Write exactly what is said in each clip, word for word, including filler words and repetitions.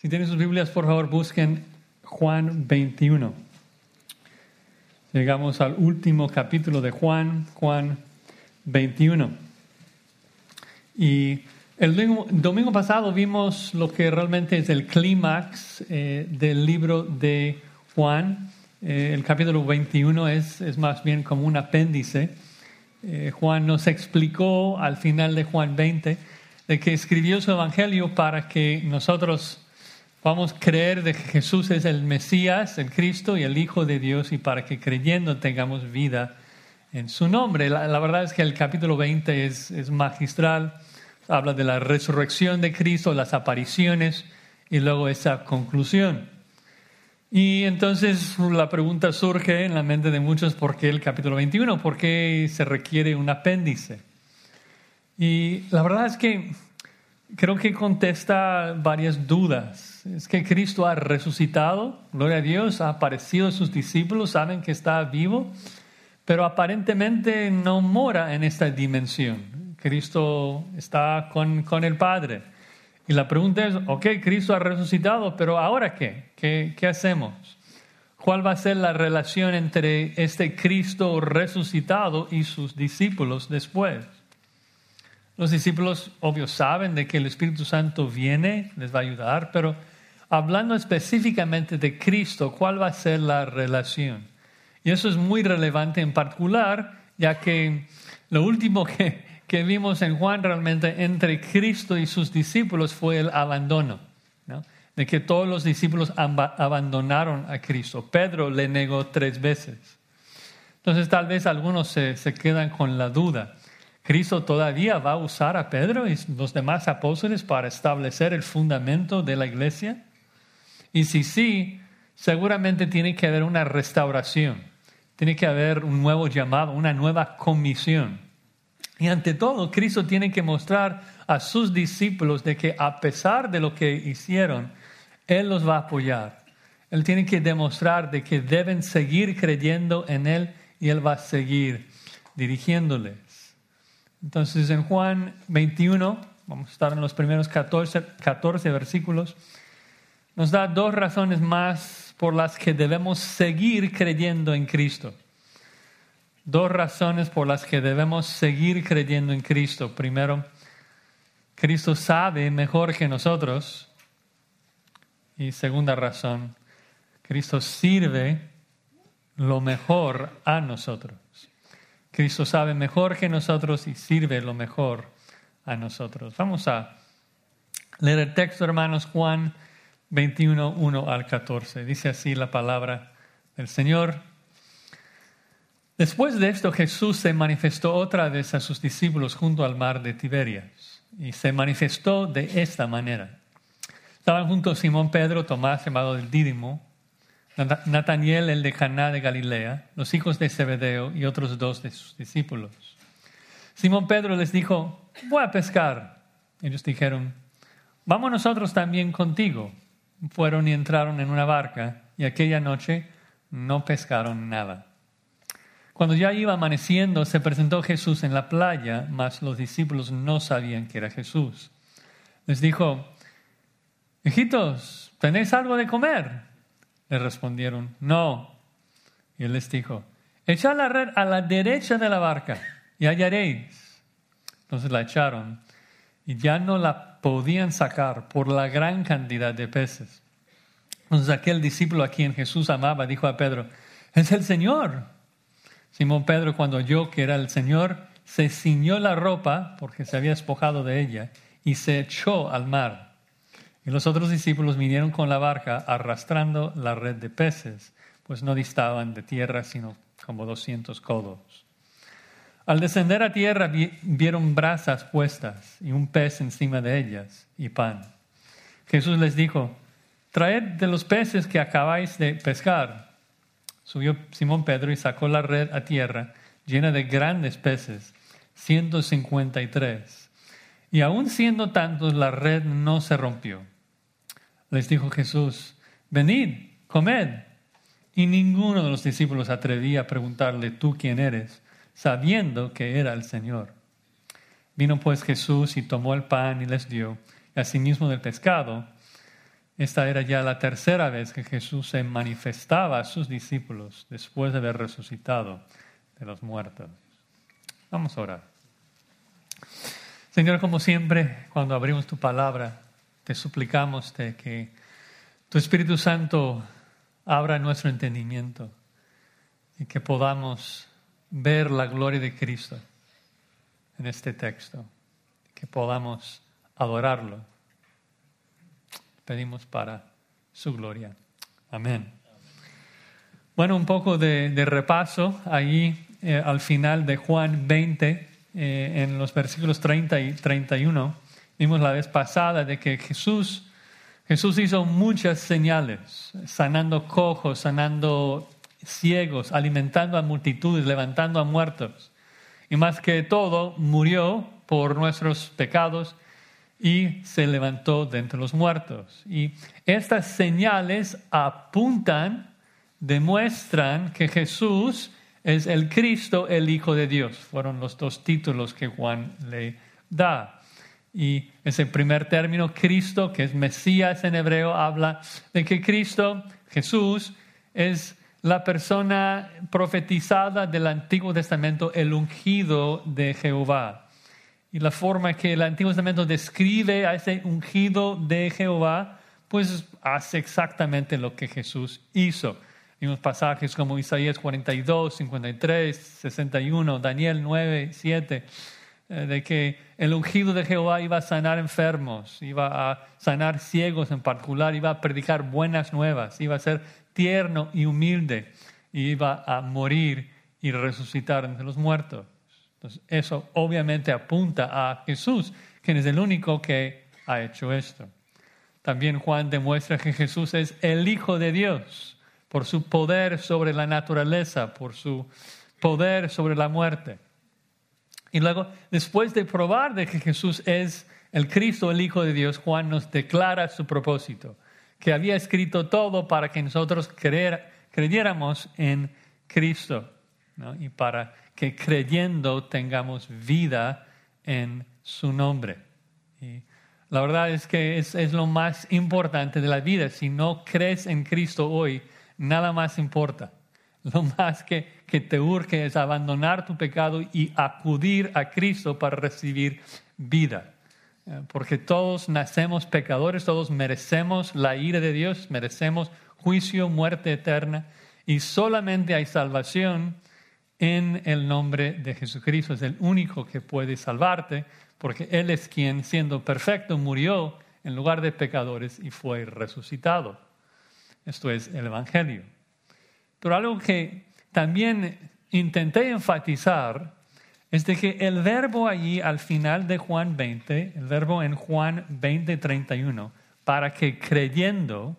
Si tienen sus Biblias, por favor, busquen Juan veintiuno. Llegamos al último capítulo de Juan, Juan veintiuno. Y el domingo, domingo pasado vimos lo que realmente es el clímax eh, del libro de Juan. Eh, el capítulo veintiuno es, es más bien como un apéndice. Eh, Juan nos explicó al final de Juan veinte de que escribió su evangelio para que nosotros vamos a creer de que Jesús es el Mesías, el Cristo y el Hijo de Dios, y para que creyendo tengamos vida en su nombre. La, la verdad es que el capítulo veinte es, es magistral. Habla de la resurrección de Cristo, las apariciones y luego esa conclusión. Y entonces la pregunta surge en la mente de muchos: ¿por qué el capítulo veintiuno? ¿Por qué se requiere un apéndice? Y la verdad es que creo que contesta varias dudas. Es que Cristo ha resucitado, gloria a Dios, ha aparecido a sus discípulos, saben que está vivo, pero aparentemente no mora en esta dimensión. Cristo está con, con el Padre. Y la pregunta es, ok, Cristo ha resucitado, pero ¿ahora qué? ¿Qué, qué hacemos? ¿Cuál va a ser la relación entre este Cristo resucitado y sus discípulos después? Los discípulos, obvio, saben de que el Espíritu Santo viene, les va a ayudar, pero hablando específicamente de Cristo, ¿cuál va a ser la relación? Y eso es muy relevante en particular, ya que lo último que, que vimos en Juan realmente entre Cristo y sus discípulos fue el abandono, ¿no? De que todos los discípulos ab- abandonaron a Cristo. Pedro le negó tres veces. Entonces tal vez algunos se, se quedan con la duda. ¿Cristo todavía va a usar a Pedro y los demás apóstoles para establecer el fundamento de la iglesia? Y si sí, seguramente tiene que haber una restauración. Tiene que haber un nuevo llamado, una nueva comisión. Y ante todo, Cristo tiene que mostrar a sus discípulos de que a pesar de lo que hicieron, Él los va a apoyar. Él tiene que demostrar de que deben seguir creyendo en Él y Él va a seguir dirigiéndoles. Entonces en Juan veintiuno, vamos a estar en los primeros catorce, catorce versículos, nos da dos razones más por las que debemos seguir creyendo en Cristo. Dos razones por las que debemos seguir creyendo en Cristo. Primero, Cristo sabe mejor que nosotros. Y segunda razón, Cristo sirve lo mejor a nosotros. Cristo sabe mejor que nosotros y sirve lo mejor a nosotros. Vamos a leer el texto, hermanos, Juan veintiuno, uno al catorce. Dice así la palabra del Señor. Después de esto, Jesús se manifestó otra vez a sus discípulos junto al mar de Tiberias. Y se manifestó de esta manera. Estaban juntos Simón Pedro, Tomás, llamado el Dídimo, Nataniel, el de Caná de Galilea, los hijos de Zebedeo y otros dos de sus discípulos. Simón Pedro les dijo: voy a pescar. Ellos dijeron: vamos nosotros también contigo. Fueron y entraron en una barca, y aquella noche no pescaron nada. Cuando ya iba amaneciendo, se presentó Jesús en la playa, mas los discípulos no sabían que era Jesús. Les dijo: hijitos, ¿tenéis algo de comer? Le respondieron: no. Y él les dijo: echad la red a la derecha de la barca y hallaréis. Entonces la echaron y ya no la podían sacar por la gran cantidad de peces. Entonces aquel discípulo a quien Jesús amaba dijo a Pedro: es el Señor. Simón Pedro, cuando oyó que era el Señor, se ciñó la ropa porque se había despojado de ella y se echó al mar. Y los otros discípulos vinieron con la barca arrastrando la red de peces, pues no distaban de tierra sino como doscientos codos. Al descender a tierra vieron brasas puestas y un pez encima de ellas y pan. Jesús les dijo: traed de los peces que acabáis de pescar. Subió Simón Pedro y sacó la red a tierra llena de grandes peces, ciento cincuenta y tres. Y aun siendo tantos, la red no se rompió. Les dijo Jesús: venid, comed. Y ninguno de los discípulos atrevía a preguntarle: ¿tú quién eres?, sabiendo que era el Señor. Vino pues Jesús y tomó el pan y les dio, y asimismo del pescado. Esta era ya la tercera vez que Jesús se manifestaba a sus discípulos después de haber resucitado de los muertos. Vamos a orar. Señor, como siempre, cuando abrimos tu palabra, te suplicamos de que tu Espíritu Santo abra nuestro entendimiento y que podamos ver la gloria de Cristo en este texto, que podamos adorarlo. Pedimos para su gloria. Amén. Bueno, un poco de, de repaso ahí eh, al final de Juan veinte, eh, en los versículos treinta y treinta y uno, vimos la vez pasada de que Jesús, Jesús hizo muchas señales, sanando cojos, sanando ciegos, alimentando a multitudes, levantando a muertos. Y más que todo, murió por nuestros pecados y se levantó de entre los muertos. Y estas señales apuntan, demuestran que Jesús es el Cristo, el Hijo de Dios. Fueron los dos títulos que Juan le da. Y ese primer término, Cristo, que es Mesías en hebreo, habla de que Cristo, Jesús, es la persona profetizada del Antiguo Testamento, el ungido de Jehová. Y la forma que el Antiguo Testamento describe a ese ungido de Jehová, pues hace exactamente lo que Jesús hizo. Vimos pasajes como Isaías cuarenta y dos, cincuenta y tres, sesenta y uno, Daniel nueve, siete, de que el ungido de Jehová iba a sanar enfermos, iba a sanar ciegos en particular, iba a predicar buenas nuevas, iba a ser tierno y humilde, y iba a morir y resucitar entre los muertos. Entonces, eso obviamente apunta a Jesús, quien es el único que ha hecho esto. También Juan demuestra que Jesús es el Hijo de Dios por su poder sobre la naturaleza, por su poder sobre la muerte. Y luego, después de probar de que Jesús es el Cristo, el Hijo de Dios, Juan nos declara su propósito, que había escrito todo para que nosotros creer, creyéramos en Cristo, ¿no? Y para que creyendo tengamos vida en su nombre. Y la verdad es que es, es lo más importante de la vida. Si no crees en Cristo hoy, nada más importa. Lo más que, que te urge es abandonar tu pecado y acudir a Cristo para recibir vida. Porque todos nacemos pecadores, todos merecemos la ira de Dios, merecemos juicio, muerte eterna, y solamente hay salvación en el nombre de Jesucristo. Es el único que puede salvarte, porque Él es quien, siendo perfecto, murió en lugar de pecadores y fue resucitado. Esto es el Evangelio. Pero algo que también intenté enfatizar es de que el verbo allí al final de Juan veinte, el verbo en Juan veinte, treinta y uno, para que creyendo,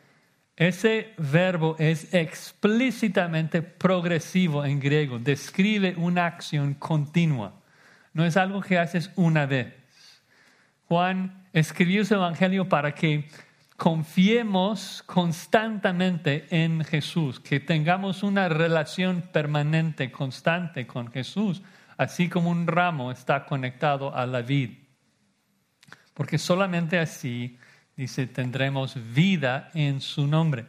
ese verbo es explícitamente progresivo en griego, describe una acción continua. No es algo que haces una vez. Juan escribió su evangelio para que confiemos constantemente en Jesús, que tengamos una relación permanente, constante con Jesús, así como un ramo está conectado a la vid. Porque solamente así, dice, tendremos vida en su nombre.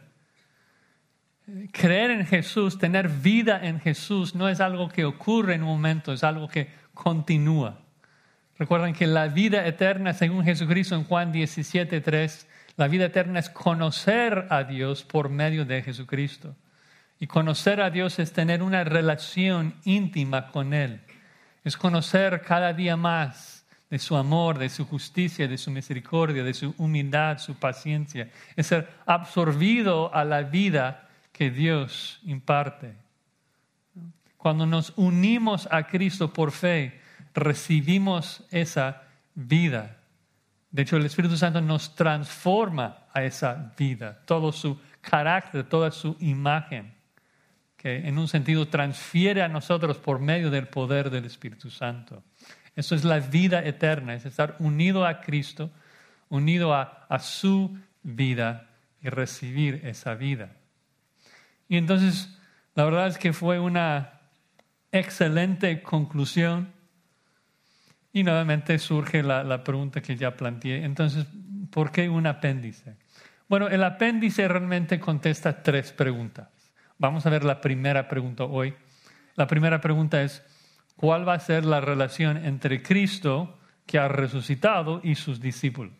Creer en Jesús, tener vida en Jesús, no es algo que ocurre en un momento, es algo que continúa. Recuerden que la vida eterna, según Jesucristo en Juan diecisiete, tres, la vida eterna es conocer a Dios por medio de Jesucristo. Y conocer a Dios es tener una relación íntima con Él. Es conocer cada día más de su amor, de su justicia, de su misericordia, de su humildad, su paciencia. Es ser absorbido a la vida que Dios imparte. Cuando nos unimos a Cristo por fe, recibimos esa vida. De hecho, el Espíritu Santo nos transforma a esa vida, todo su carácter, toda su imagen, que en un sentido transfiere a nosotros por medio del poder del Espíritu Santo. Eso es la vida eterna, es estar unido a Cristo, unido a, a su vida y recibir esa vida. Y entonces, la verdad es que fue una excelente conclusión. Y nuevamente surge la, la pregunta que ya planteé. Entonces, ¿por qué un apéndice? Bueno, el apéndice realmente contesta tres preguntas. Vamos a ver la primera pregunta hoy. La primera pregunta es, ¿cuál va a ser la relación entre Cristo que ha resucitado y sus discípulos?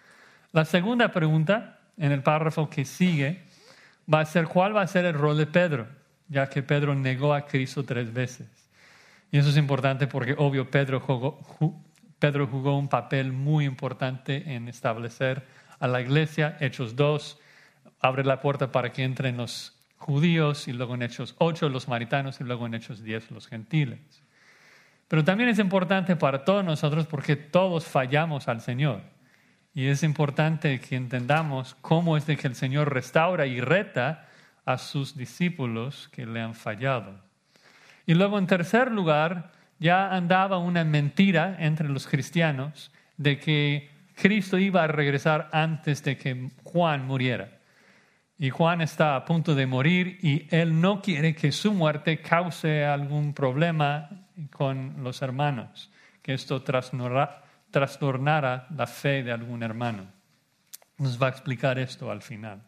La segunda pregunta, en el párrafo que sigue, va a ser, ¿cuál va a ser el rol de Pedro? Ya que Pedro negó a Cristo tres veces. Y eso es importante porque, obvio, Pedro jugó, Pedro jugó un papel muy importante en establecer a la iglesia. Hechos dos abre la puerta para que entren los judíos, y luego en Hechos ocho los samaritanos, y luego en Hechos diez los gentiles. Pero también es importante para todos nosotros porque todos fallamos al Señor. Y es importante que entendamos cómo es de que el Señor restaura y reta a sus discípulos que le han fallado. Y luego, en tercer lugar, ya andaba una mentira entre los cristianos de que Cristo iba a regresar antes de que Juan muriera. Y Juan está a punto de morir y él no quiere que su muerte cause algún problema con los hermanos, que esto trastornara, trastornara la fe de algún hermano. Nos va a explicar esto al final.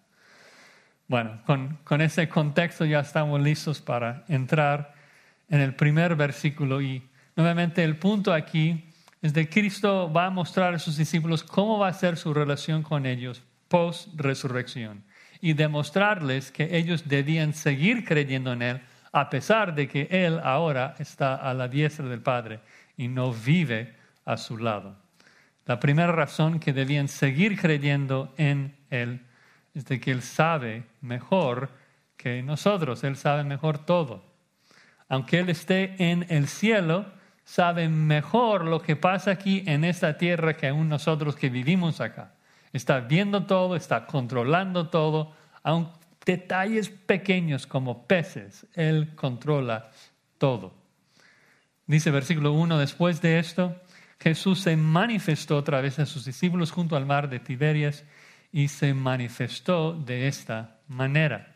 Bueno, con, con ese contexto ya estamos listos para entrar en el primer versículo. Y nuevamente el punto aquí es de Cristo va a mostrar a sus discípulos cómo va a ser su relación con ellos post-resurrección y demostrarles que ellos debían seguir creyendo en Él a pesar de que Él ahora está a la diestra del Padre y no vive a su lado. La primera razón que debían seguir creyendo en Él es de que Él sabe mejor que nosotros, Él sabe mejor todo. Aunque Él esté en el cielo, sabe mejor lo que pasa aquí en esta tierra que aún nosotros que vivimos acá. Está viendo todo, está controlando todo, aun detalles pequeños como peces, Él controla todo. Dice versículo uno, después de esto, Jesús se manifestó otra vez a sus discípulos junto al mar de Tiberias y se manifestó de esta manera.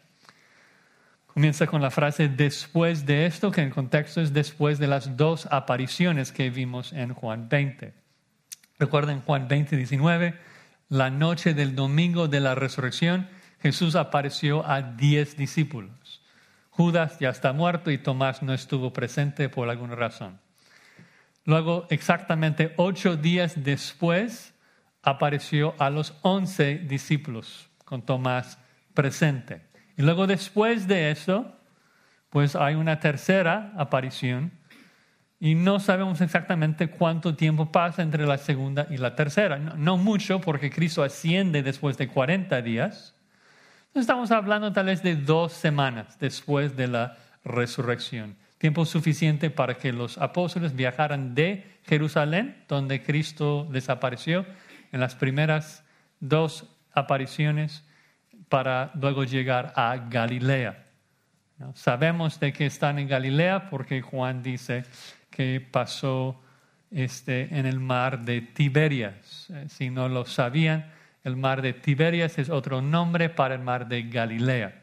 Comienza con la frase después de esto, que en contexto es después de las dos apariciones que vimos en Juan veinte. Recuerden Juan veinte, diecinueve, la noche del domingo de la resurrección, Jesús apareció a diez discípulos. Judas ya está muerto y Tomás no estuvo presente por alguna razón. Luego, exactamente ocho días después, apareció a los once discípulos con Tomás presente. Y luego después de eso, pues hay una tercera aparición y no sabemos exactamente cuánto tiempo pasa entre la segunda y la tercera. No, no mucho porque Cristo asciende después de cuarenta días. Estamos hablando tal vez de dos semanas después de la resurrección. Tiempo suficiente para que los apóstoles viajaran de Jerusalén, donde Cristo desapareció, en las primeras dos apariciones, para luego llegar a Galilea. ¿No? Sabemos de que están en Galilea porque Juan dice que pasó este, en el mar de Tiberias. Eh, si no lo sabían, el mar de Tiberias es otro nombre para el mar de Galilea.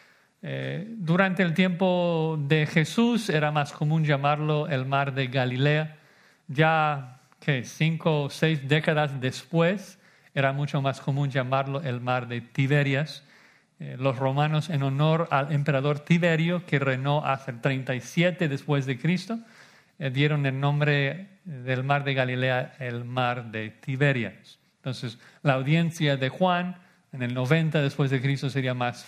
Eh, durante el tiempo de Jesús era más común llamarlo el mar de Galilea. Ya que cinco o seis décadas después era mucho más común llamarlo el mar de Tiberias. Eh, los romanos, en honor al emperador Tiberio, que reinó hasta el treinta y siete después de Cristo, eh, dieron el nombre del mar de Galilea el mar de Tiberias. Entonces, la audiencia de Juan en el noventa después de Cristo sería más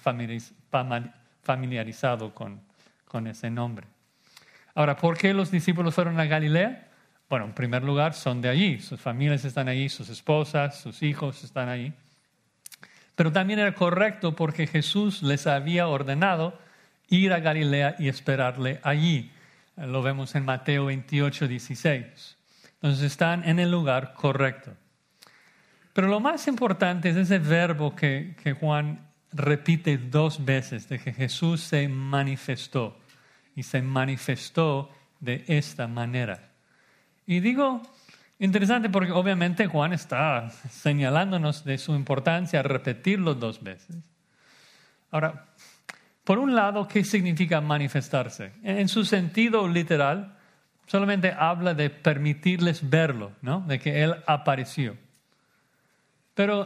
familiarizado con, con ese nombre. Ahora, ¿por qué los discípulos fueron a Galilea? Bueno, en primer lugar, son de allí. Sus familias están allí, sus esposas, sus hijos están allí. Pero también era correcto porque Jesús les había ordenado ir a Galilea y esperarle allí. Lo vemos en Mateo veintiocho, dieciséis. Entonces están en el lugar correcto. Pero lo más importante es ese verbo que, que Juan repite dos veces, de que Jesús se manifestó. Y se manifestó de esta manera. Y digo, interesante porque obviamente Juan está señalándonos de su importancia repetirlo dos veces. Ahora, por un lado, ¿qué significa manifestarse? En su sentido literal, solamente habla de permitirles verlo, ¿no? De que Él apareció. Pero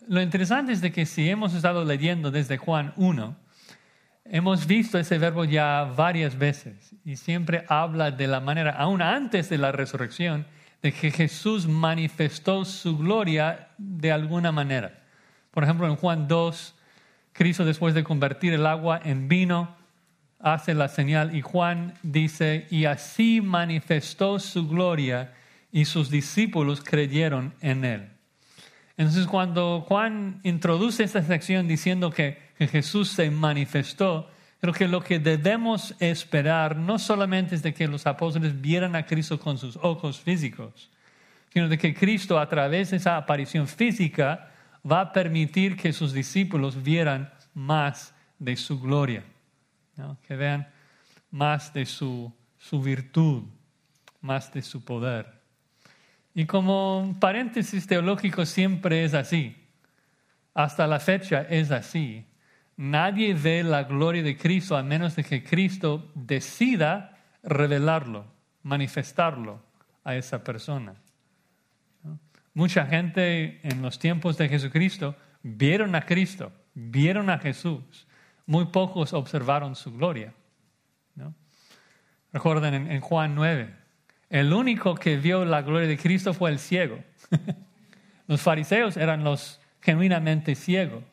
lo interesante es de que si hemos estado leyendo desde Juan uno, hemos visto ese verbo ya varias veces y siempre habla de la manera, aún antes de la resurrección, de que Jesús manifestó su gloria de alguna manera. Por ejemplo, en Juan dos, Cristo, después de convertir el agua en vino, hace la señal y Juan dice, y así manifestó su gloria y sus discípulos creyeron en él. Entonces, cuando Juan introduce esta sección diciendo que, que Jesús se manifestó, creo que lo que debemos esperar no solamente es de que los apóstoles vieran a Cristo con sus ojos físicos, sino de que Cristo, a través de esa aparición física, va a permitir que sus discípulos vieran más de su gloria, ¿no? Que vean más de su, su virtud, más de su poder. Y como paréntesis teológico siempre es así, hasta la fecha es así. Nadie ve la gloria de Cristo a menos de que Cristo decida revelarlo, manifestarlo a esa persona. ¿No? Mucha gente en los tiempos de Jesucristo vieron a Cristo, vieron a Jesús. Muy pocos observaron su gloria, ¿no? Recuerden en, en Juan nueve, el único que vio la gloria de Cristo fue el ciego. Los fariseos eran los genuinamente ciegos.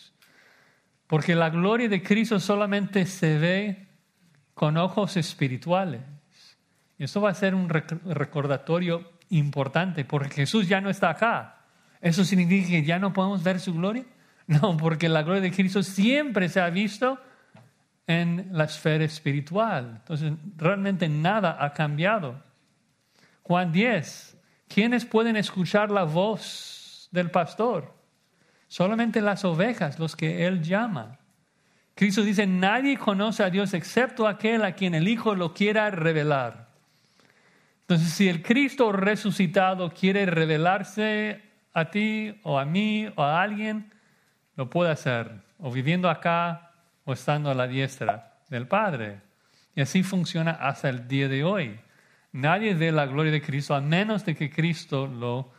Porque la gloria de Cristo solamente se ve con ojos espirituales. Y eso va a ser un recordatorio importante, porque Jesús ya no está acá. ¿Eso significa que ya no podemos ver su gloria? No, porque la gloria de Cristo siempre se ha visto en la esfera espiritual. Entonces, realmente nada ha cambiado. Juan diez, ¿quiénes pueden escuchar la voz del pastor? Solamente las ovejas, los que Él llama. Cristo dice, nadie conoce a Dios excepto aquel a quien el Hijo lo quiera revelar. Entonces, si el Cristo resucitado quiere revelarse a ti o a mí o a alguien, lo puede hacer, o viviendo acá o estando a la diestra del Padre. Y así funciona hasta el día de hoy. Nadie ve la gloria de Cristo a menos de que Cristo lo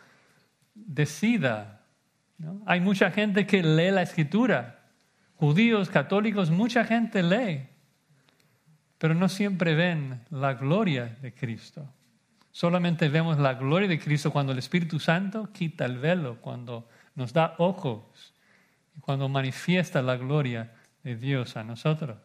decida, ¿no? Hay mucha gente que lee la Escritura, judíos, católicos, mucha gente lee, pero no siempre ven la gloria de Cristo. Solamente vemos la gloria de Cristo cuando el Espíritu Santo quita el velo, cuando nos da ojos, cuando manifiesta la gloria de Dios a nosotros.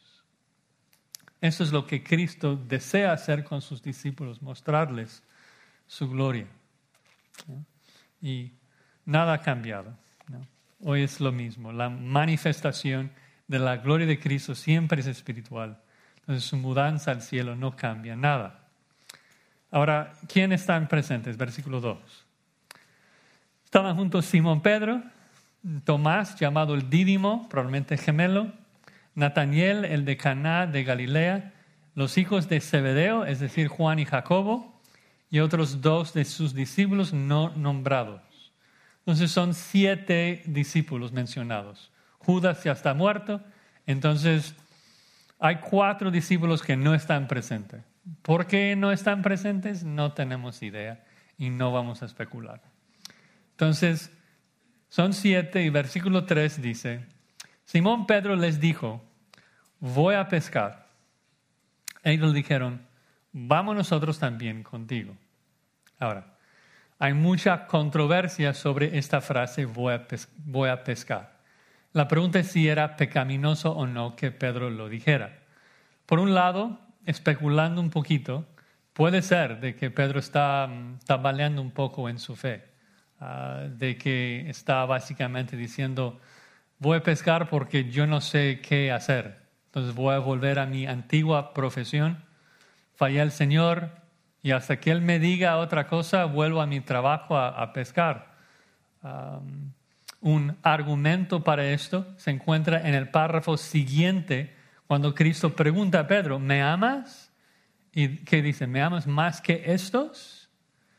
Eso es lo que Cristo desea hacer con sus discípulos, mostrarles su gloria, ¿no? Y nada ha cambiado, ¿no? Hoy es lo mismo. La manifestación de la gloria de Cristo siempre es espiritual. Entonces su mudanza al cielo no cambia nada. Ahora, ¿quién están presentes? Versículo dos. Estaban juntos Simón Pedro, Tomás, llamado el Dídimo, probablemente gemelo, Nataniel, el de Caná de Galilea, los hijos de Zebedeo, es decir, Juan y Jacobo, y otros dos de sus discípulos no nombrados. Entonces son siete discípulos mencionados. Judas ya está muerto, entonces hay cuatro discípulos que no están presentes. ¿Por qué no están presentes? No tenemos idea y no vamos a especular. Entonces, son siete y versículo tres dice, Simón Pedro les dijo, voy a pescar. Ellos dijeron, vamos nosotros también contigo. Ahora, hay mucha controversia sobre esta frase, voy a, pes- voy a pescar. La pregunta es si era pecaminoso o no que Pedro lo dijera. Por un lado, especulando un poquito, puede ser de que Pedro está um, tambaleando un poco en su fe, uh, de que está básicamente diciendo, voy a pescar porque yo no sé qué hacer. Entonces voy a volver a mi antigua profesión. Fallé al Señor y hasta que Él me diga otra cosa, vuelvo a mi trabajo a, a pescar. Um, un argumento para esto se encuentra en el párrafo siguiente, cuando Cristo pregunta a Pedro, ¿me amas? ¿Y qué dice? ¿Me amas más que estos?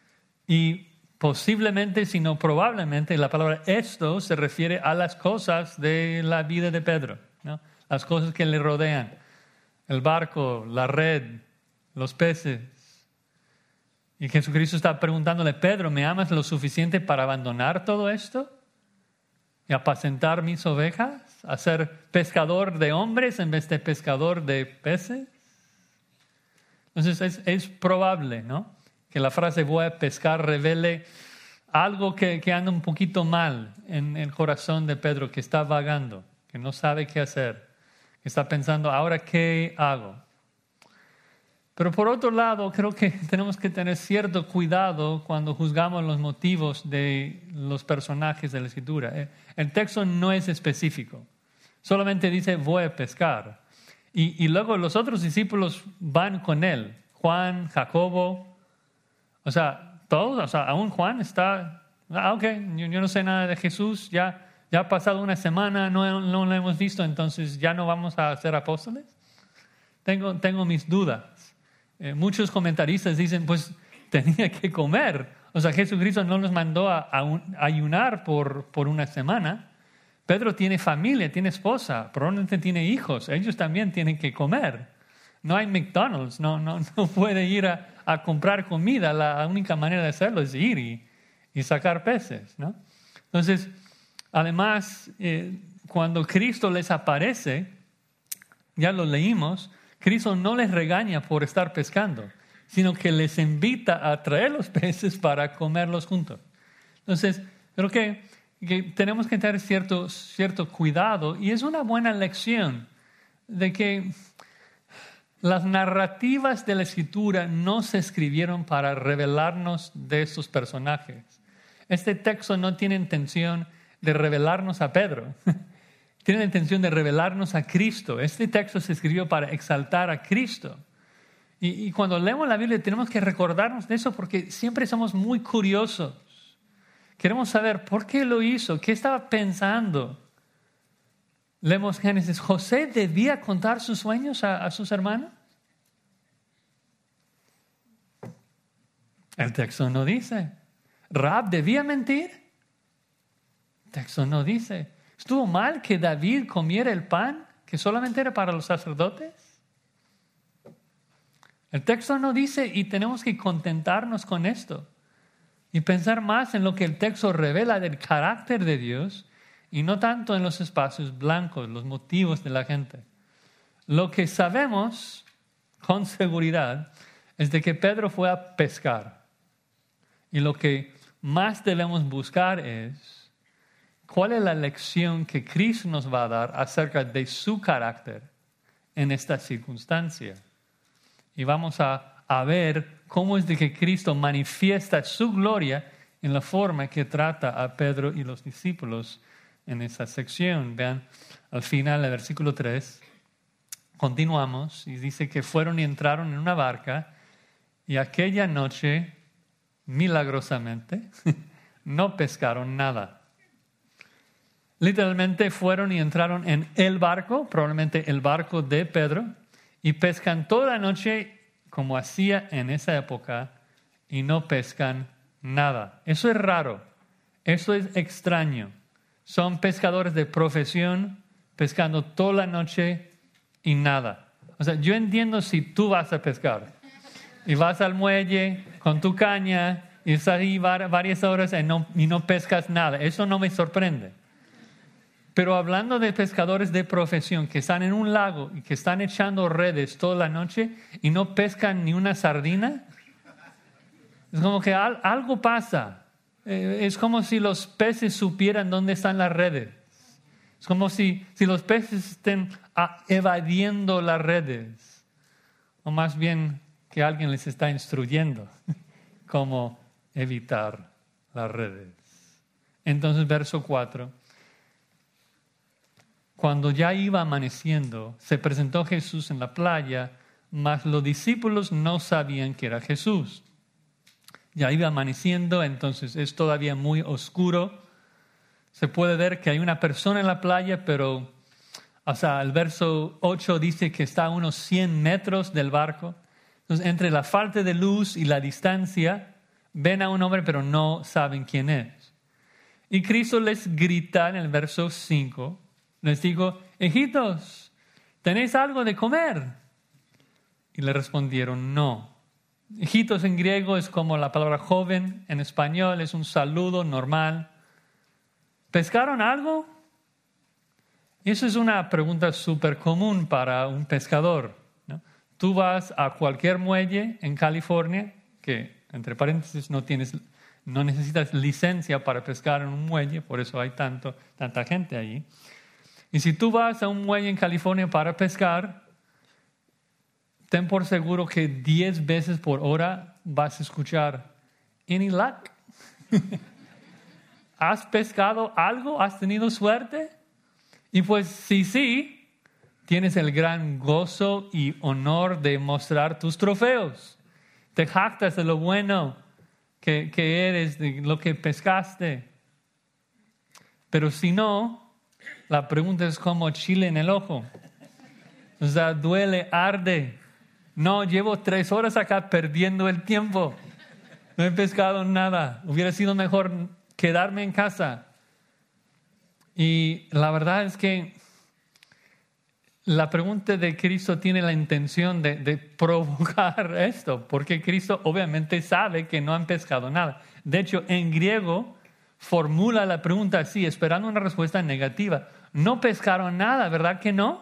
Y posiblemente, si no probablemente, la palabra esto se refiere a las cosas de la vida de Pedro, ¿no? Las cosas que le rodean, el barco, la red, los peces. Y Jesucristo está preguntándole, Pedro, ¿me amas lo suficiente para abandonar todo esto? y apacentar mis ovejas, a ser pescador de hombres en vez de pescador de peces. Entonces es, es probable, ¿no?, que la frase voy a pescar revele algo que, que anda un poquito mal en el corazón de Pedro, que está vagando, que no sabe qué hacer, que está pensando, ¿ahora qué hago? Pero por otro lado, creo que tenemos que tener cierto cuidado cuando juzgamos los motivos de los personajes de la Escritura. El texto no es específico, solamente dice voy a pescar. Y, y luego los otros discípulos van con él, Juan, Jacobo, o sea, todos, o sea, aún Juan está, ah, ok, yo, yo no sé nada de Jesús, ya, ya ha pasado una semana, no, no lo hemos visto, entonces ya no vamos a ser apóstoles. Tengo, tengo mis dudas. Eh, muchos comentaristas dicen, pues tenía que comer. O sea, Jesucristo no nos mandó a, a, un, a ayunar por, por una semana. Pedro tiene familia, tiene esposa, probablemente tiene hijos. Ellos también tienen que comer. No hay McDonald's, no, no, no puede ir a, a comprar comida. La única manera de hacerlo es ir y, y sacar peces, ¿no? Entonces, además, eh, cuando Cristo les aparece, ya lo leímos, Cristo no les regaña por estar pescando, sino que les invita a traer los peces para comerlos juntos. Entonces, creo que, que tenemos que tener cierto, cierto cuidado, y es una buena lección de que las narrativas de la Escritura no se escribieron para revelarnos de estos personajes. Este texto no tiene intención de revelarnos a Pedro. Tiene la intención de revelarnos a Cristo. Este texto se escribió para exaltar a Cristo. Y, y cuando leemos la Biblia tenemos que recordarnos de eso, porque siempre somos muy curiosos. Queremos saber por qué lo hizo, qué estaba pensando. Leemos Génesis. ¿José debía contar sus sueños a, a sus hermanos? El texto no dice. ¿Rahab debía mentir? El texto no dice. ¿Estuvo mal que David comiera el pan que solamente era para los sacerdotes? El texto no dice, y tenemos que contentarnos con esto y pensar más en lo que el texto revela del carácter de Dios y no tanto en los espacios blancos, los motivos de la gente. Lo que sabemos con seguridad es de que Pedro fue a pescar, y lo que más debemos buscar es ¿cuál es la lección que Cristo nos va a dar acerca de su carácter en esta circunstancia? Y vamos a, a ver cómo es de que Cristo manifiesta su gloria en la forma que trata a Pedro y los discípulos en esa sección. Vean al final del versículo tres. Continuamos y dice que fueron y entraron en una barca, y aquella noche, milagrosamente, no pescaron nada. Literalmente fueron y entraron en el barco, probablemente el barco de Pedro, y pescan toda la noche como hacía en esa época, y no pescan nada. Eso es raro, eso es extraño. Son pescadores de profesión pescando toda la noche y nada. O sea, yo entiendo si tú vas a pescar y vas al muelle con tu caña y estás ahí varias horas y no, y no pescas nada. Eso no me sorprende. Pero hablando de pescadores de profesión que están en un lago y que están echando redes toda la noche y no pescan ni una sardina, es como que al, algo pasa. Eh, es como si los peces supieran dónde están las redes. Es como si, si los peces estén a, evadiendo las redes. O más bien que alguien les está instruyendo cómo evitar las redes. Entonces, verso cuatro. Cuando ya iba amaneciendo, se presentó Jesús en la playa, mas los discípulos no sabían que era Jesús. Ya iba amaneciendo, entonces es todavía muy oscuro. Se puede ver que hay una persona en la playa, pero, o sea, el verso ocho dice que está a unos cien metros del barco. Entonces, entre la falta de luz y la distancia, ven a un hombre, pero no saben quién es. Y Cristo les grita en el verso cinco, les dijo, hijitos, ¿tenéis algo de comer? Y le respondieron, no. Hijitos en griego es como la palabra joven en español, es un saludo normal. ¿pescaron algo? Eso es una pregunta súper común para un pescador, ¿no? Tú vas a cualquier muelle en California, que entre paréntesis no tienes, no necesitas licencia para pescar en un muelle, por eso hay tanto, tanta gente allí. Y si tú vas a un muelle en California para pescar, ten por seguro que diez veces por hora vas a escuchar, ¿any luck? ¿Has pescado algo? ¿Has tenido suerte? Y pues si sí, tienes el gran gozo y honor de mostrar tus trofeos. Te jactas de lo bueno que, que eres, de lo que pescaste. Pero si no, la pregunta es como chile en el ojo. O sea, duele, arde. No, llevo tres horas acá perdiendo el tiempo. No he pescado nada. Hubiera sido mejor quedarme en casa. Y la verdad es que la pregunta de Cristo tiene la intención de, de provocar esto, porque Cristo obviamente sabe que no han pescado nada. De hecho, en griego formula la pregunta así, esperando una respuesta negativa. No pescaron nada, ¿verdad que no?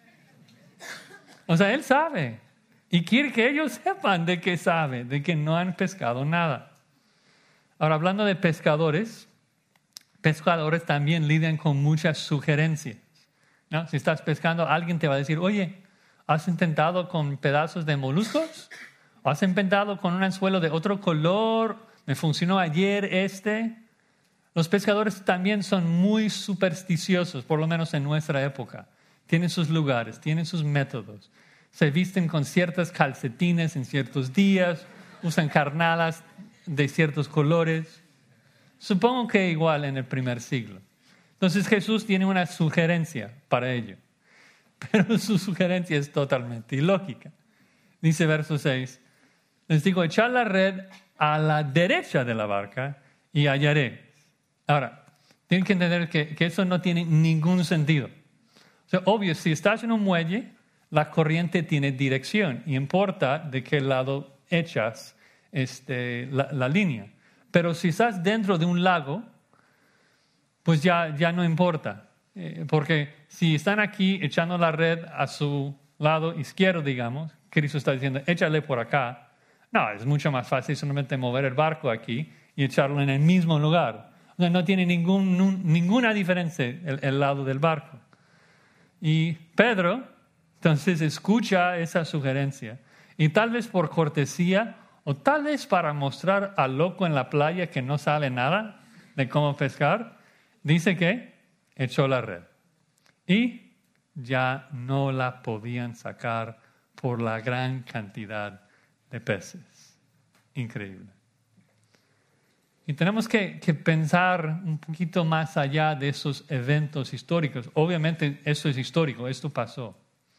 O sea, Él sabe. Y quiere que ellos sepan de que sabe, de que no han pescado nada. Ahora, hablando de pescadores, pescadores también lidian con muchas sugerencias, ¿no? Si estás pescando, alguien te va a decir, oye, ¿has intentado con pedazos de moluscos? ¿O has intentado con un anzuelo de otro color? ¿Me funcionó ayer este? Los pescadores también son muy supersticiosos, por lo menos en nuestra época. Tienen sus lugares, tienen sus métodos. Se visten con ciertas calcetines en ciertos días, usan carnadas de ciertos colores. Supongo que igual en el primer siglo. Entonces Jesús tiene una sugerencia para ello. Pero su sugerencia es totalmente ilógica. Dice verso seis, les digo, echad la red a la derecha de la barca y hallaré. Ahora, tienen que entender que, que eso no tiene ningún sentido. O sea, obvio, si estás en un muelle, la corriente tiene dirección y importa de qué lado echas este, la, la línea. Pero si estás dentro de un lago, pues ya, ya no importa. Eh, porque si están aquí echando la red a su lado izquierdo, digamos, Cristo está diciendo, échale por acá. No, es mucho más fácil solamente mover el barco aquí y echarlo en el mismo lugar. O sea, no tiene ningún, ninguna diferencia el, el lado del barco. Y Pedro, entonces, escucha esa sugerencia. Y tal vez por cortesía, o tal vez para mostrar al loco en la playa que no sabe nada de cómo pescar, dice que echó la red. Y ya no la podían sacar por la gran cantidad de peces. Increíble. Y tenemos que, que pensar un poquito más allá de esos eventos históricos. Obviamente, eso es histórico, esto pasó.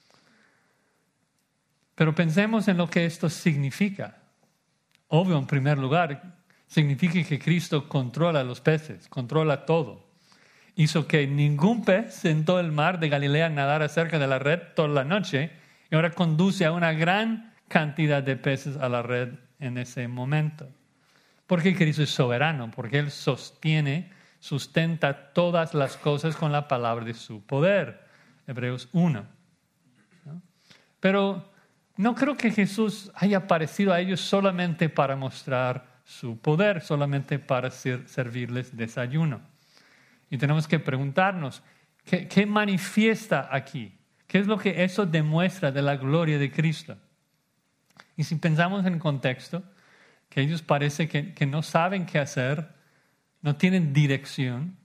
Pero pensemos en lo que esto significa. Obvio, en primer lugar, significa que Cristo controla los peces, controla todo. Hizo que ningún pez en todo el mar de Galilea nadara cerca de la red toda la noche y ahora conduce a una gran cantidad de peces a la red en ese momento. Porque Cristo es soberano, porque Él sostiene, sustenta todas las cosas con la palabra de su poder. Hebreos uno. ¿No? Pero no creo que Jesús haya aparecido a ellos solamente para mostrar su poder, solamente para ser, servirles desayuno. Y tenemos que preguntarnos, ¿qué, qué manifiesta aquí? ¿Qué es lo que eso demuestra de la gloria de Cristo? Y si pensamos en el contexto, que ellos parece que, que no saben qué hacer, no tienen dirección,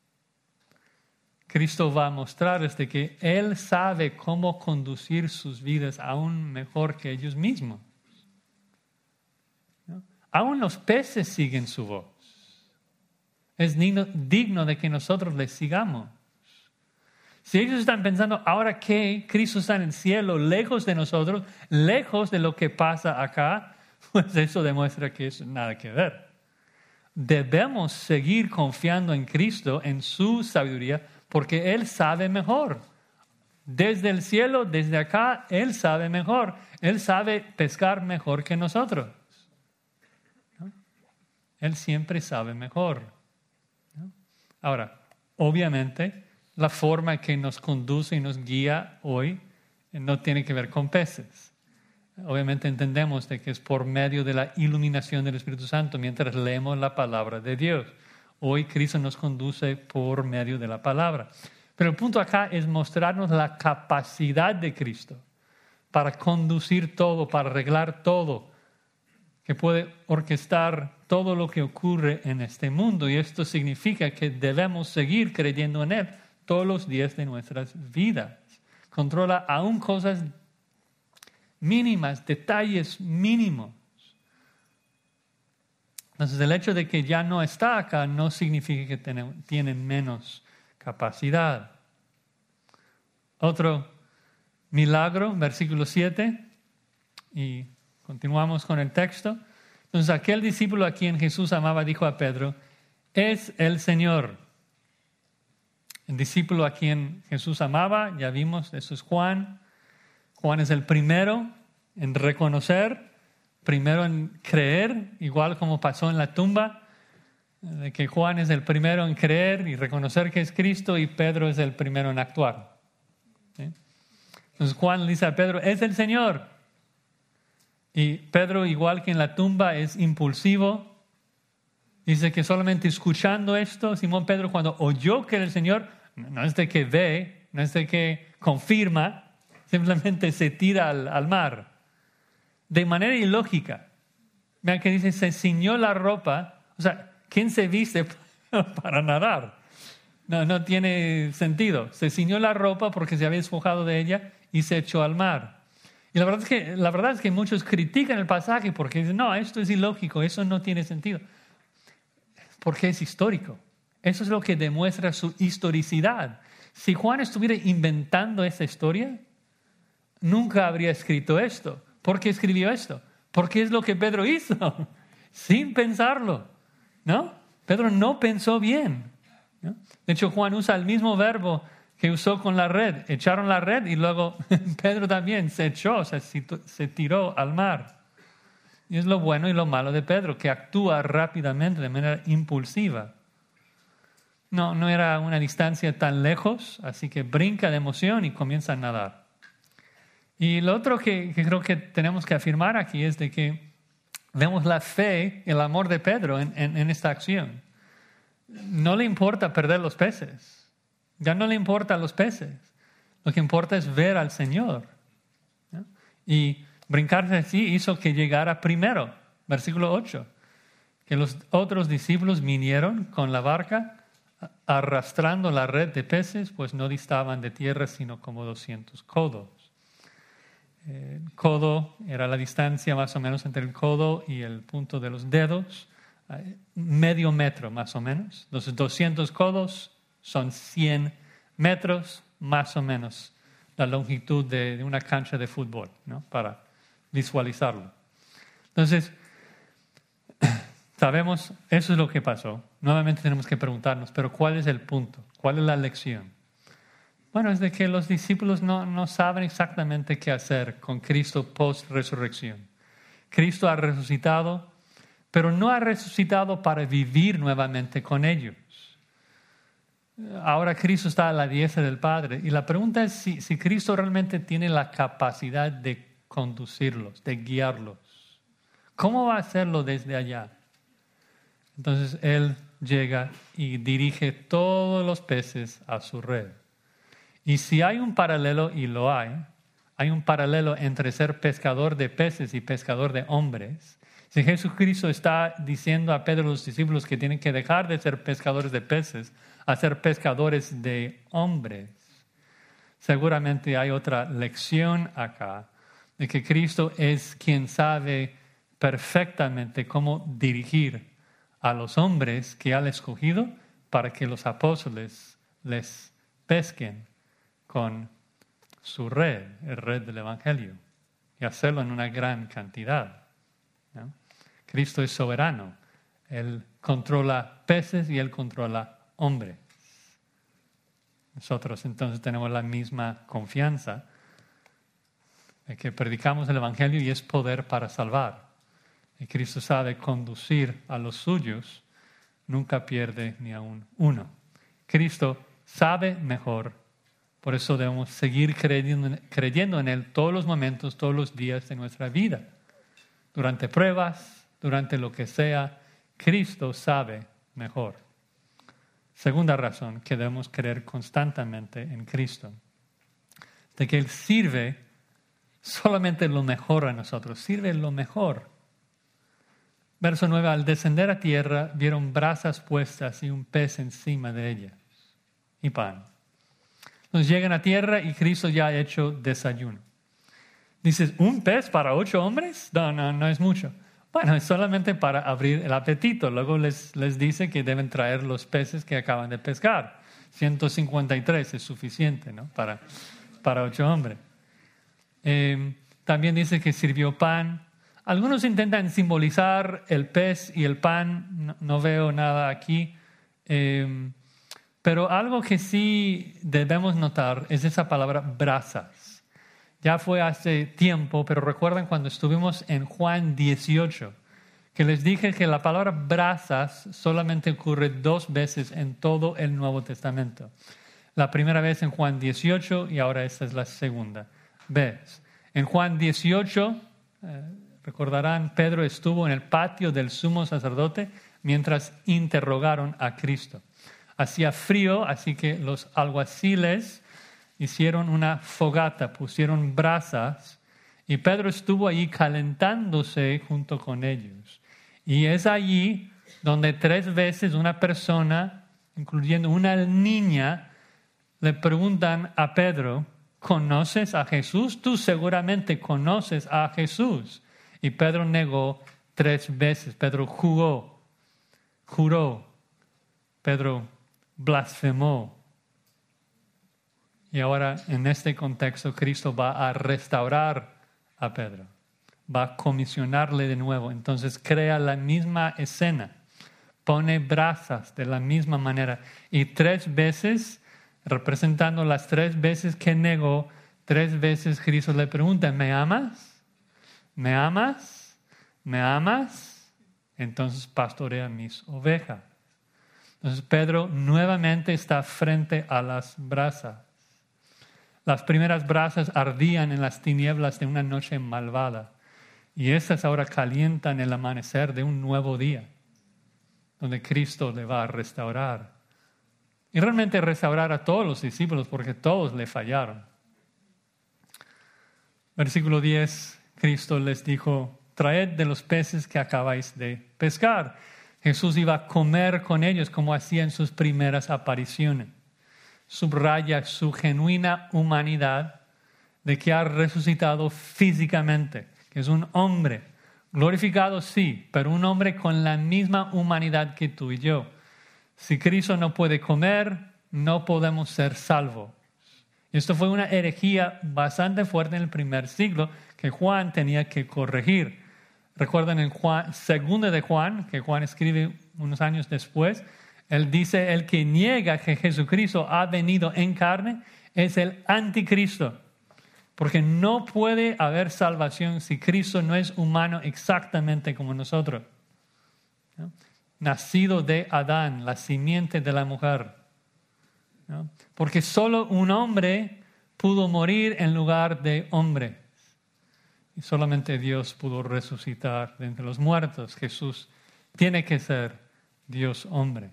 Cristo va a mostrarles de que Él sabe cómo conducir sus vidas aún mejor que ellos mismos. ¿No? Aún los peces siguen su voz. Es digno, digno de que nosotros les sigamos. Si ellos están pensando, ahora que Cristo está en el cielo, lejos de nosotros, lejos de lo que pasa acá, pues eso demuestra que eso nada que ver. Debemos seguir confiando en Cristo, en su sabiduría, porque Él sabe mejor. Desde el cielo, desde acá, Él sabe mejor. Él sabe pescar mejor que nosotros. ¿No? Él siempre sabe mejor. ¿No? Ahora, obviamente, la forma que nos conduce y nos guía hoy no tiene que ver con peces. Obviamente entendemos de que es por medio de la iluminación del Espíritu Santo mientras leemos la palabra de Dios. Hoy Cristo nos conduce por medio de la palabra. Pero el punto acá es mostrarnos la capacidad de Cristo para conducir todo, para arreglar todo, que puede orquestar todo lo que ocurre en este mundo. Y esto significa que debemos seguir creyendo en Él todos los días de nuestras vidas. Controla aún cosas mínimas, detalles mínimos. Entonces el hecho de que ya no está acá no significa que tiene, tiene menos capacidad. Otro milagro, versículo siete, y continuamos con el texto. Entonces aquel discípulo a quien Jesús amaba dijo a Pedro, es el Señor. El discípulo a quien Jesús amaba, ya vimos, eso es Juan. Juan es el primero en reconocer, primero en creer, igual como pasó en la tumba, de que Juan es el primero en creer y reconocer que es Cristo y Pedro es el primero en actuar. ¿Sí? Entonces Juan le dice a Pedro, es el Señor. Y Pedro, igual que en la tumba, es impulsivo. Dice que solamente escuchando esto, Simón Pedro, cuando oyó que era el Señor, no es de que ve, no es de que confirma, simplemente se tira al, al mar. De manera ilógica. Vean que dice, se ciñó la ropa. O sea, ¿quién se viste para nadar? No, no tiene sentido. Se ciñó la ropa porque se había despojado de ella y se echó al mar. Y la verdad es que, la verdad es que muchos critican el pasaje porque dicen, no, esto es ilógico, eso no tiene sentido. Porque es histórico. Eso es lo que demuestra su historicidad. Si Juan estuviera inventando esta historia, nunca habría escrito esto. ¿Por qué escribió esto? Porque es lo que Pedro hizo, sin pensarlo, ¿no? Pedro no pensó bien, ¿no? De hecho, Juan usa el mismo verbo que usó con la red. Echaron la red y luego Pedro también se echó, o sea, se tiró al mar. Y es lo bueno y lo malo de Pedro, que actúa rápidamente, de manera impulsiva. No, no era una distancia tan lejos, así que brinca de emoción y comienza a nadar. Y lo otro que, que creo que tenemos que afirmar aquí es de que vemos la fe, el amor de Pedro en, en, en esta acción. No le importa perder los peces. Ya no le importan los peces. Lo que importa es ver al Señor, ¿no? Y brincarse así hizo que llegara primero. Versículo ocho. Que los otros discípulos vinieron con la barca arrastrando la red de peces, pues no distaban de tierra sino como doscientos codos. El codo era la distancia más o menos entre el codo y el punto de los dedos, medio metro más o menos. Los doscientos codos son cien metros más o menos, la longitud de, de una cancha de fútbol, ¿no? Para visualizarlo. Entonces, sabemos, eso es lo que pasó. Nuevamente tenemos que preguntarnos, pero ¿cuál es el punto? ¿Cuál es la lección? Bueno, es de que los discípulos no, no saben exactamente qué hacer con Cristo post-resurrección. Cristo ha resucitado, pero no ha resucitado para vivir nuevamente con ellos. Ahora Cristo está a la diestra del Padre. Y la pregunta es si, si Cristo realmente tiene la capacidad de conducirlos, de guiarlos. ¿Cómo va a hacerlo desde allá? Entonces Él llega y dirige todos los peces a su red. Y si hay un paralelo, y lo hay, hay un paralelo entre ser pescador de peces y pescador de hombres. Si Jesucristo está diciendo a Pedro y los discípulos que tienen que dejar de ser pescadores de peces a ser pescadores de hombres, seguramente hay otra lección acá, de que Cristo es quien sabe perfectamente cómo dirigir a los hombres que ha escogido para que los apóstoles les pesquen con su red, el red del Evangelio, y hacerlo en una gran cantidad, ¿no? Cristo es soberano. Él controla peces y Él controla hombres. Nosotros entonces tenemos la misma confianza de que predicamos el Evangelio y es poder para salvar. Y Cristo sabe conducir a los suyos, nunca pierde ni a un uno. Cristo sabe mejor. Por eso debemos seguir creyendo, creyendo en Él todos los momentos, todos los días de nuestra vida. Durante pruebas, durante lo que sea, Cristo sabe mejor. Segunda razón que debemos creer constantemente en Cristo. De que Él sirve solamente lo mejor a nosotros, sirve lo mejor. Verso nueve, al descender a tierra, vieron brasas puestas y un pez encima de ellas, y pan. Entonces llegan a tierra y Cristo ya ha hecho desayuno. Dices, ¿un pez para ocho hombres? No, no, no es mucho. Bueno, es solamente para abrir el apetito. Luego les, les dice que deben traer los peces que acaban de pescar. ciento cincuenta y tres es suficiente, ¿no? Para, para ocho hombres. Eh, también dice que sirvió pan. Algunos intentan simbolizar el pez y el pan. No, no veo nada aquí. Eh, Pero algo que sí debemos notar es esa palabra brasas. Ya fue hace tiempo, pero recuerdan cuando estuvimos en Juan dieciocho, que les dije que la palabra brasas solamente ocurre dos veces en todo el Nuevo Testamento. La primera vez en Juan dieciocho y ahora esta es la segunda vez. En Juan dieciocho, eh, recordarán, Pedro estuvo en el patio del sumo sacerdote mientras interrogaron a Cristo. Hacía frío, así que los alguaciles hicieron una fogata, pusieron brasas y Pedro estuvo allí calentándose junto con ellos. Y es allí donde tres veces una persona, incluyendo una niña, le preguntan a Pedro, ¿conoces a Jesús? Tú seguramente conoces a Jesús. Y Pedro negó tres veces. Pedro juró, juró. Pedro blasfemó. Y ahora, en este contexto, Cristo va a restaurar a Pedro. Va a comisionarle de nuevo. Entonces, crea la misma escena. Pone brasas de la misma manera. Y tres veces, representando las tres veces que negó, tres veces Cristo le pregunta, ¿me amas? ¿Me amas? ¿Me amas? Entonces, pastorea mis ovejas. Entonces Pedro nuevamente está frente a las brasas. Las primeras brasas ardían en las tinieblas de una noche malvada y estas ahora calientan el amanecer de un nuevo día donde Cristo le va a restaurar. Y realmente restaurar a todos los discípulos porque todos le fallaron. Versículo diez, Cristo les dijo, traed de los peces que acabáis de pescar. Jesús iba a comer con ellos como hacía en sus primeras apariciones. Subraya su genuina humanidad de que ha resucitado físicamente, que es un hombre, glorificado sí, pero un hombre con la misma humanidad que tú y yo. Si Cristo no puede comer, no podemos ser salvos. Y esto fue una herejía bastante fuerte en el primer siglo que Juan tenía que corregir. Recuerdan en Juan, segunda de Juan, que Juan escribe unos años después, él dice, el que niega que Jesucristo ha venido en carne es el anticristo, porque no puede haber salvación si Cristo no es humano exactamente como nosotros, ¿no? Nacido de Adán, la simiente de la mujer, ¿no? Porque solo un hombre pudo morir en lugar de hombre. Y solamente Dios pudo resucitar de entre los muertos. Jesús tiene que ser Dios hombre.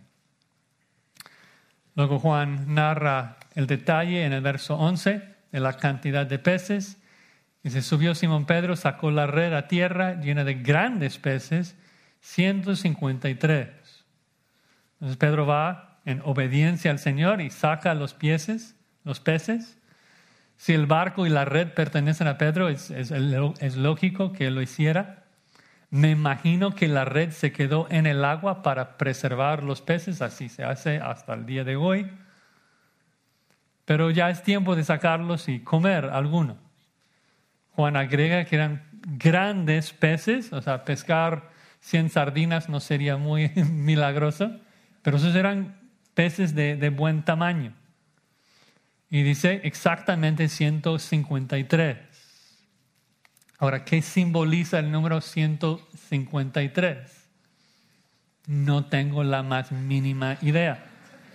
Luego Juan narra el detalle en el verso once de la cantidad de peces. Y se subió Simón Pedro, sacó la red a tierra llena de grandes peces, ciento cincuenta y tres. Entonces Pedro va en obediencia al Señor y saca los peces, los peces. Si el barco y la red pertenecen a Pedro, es, es, es lógico que lo hiciera. Me imagino que la red se quedó en el agua para preservar los peces, así se hace hasta el día de hoy. Pero ya es tiempo de sacarlos y comer algunos. Juan agrega que eran grandes peces, o sea, pescar cien sardinas no sería muy milagroso, pero esos eran peces de, de buen tamaño. Y dice exactamente ciento cincuenta y tres. Ahora, ¿qué simboliza el número ciento cincuenta y tres? No tengo la más mínima idea.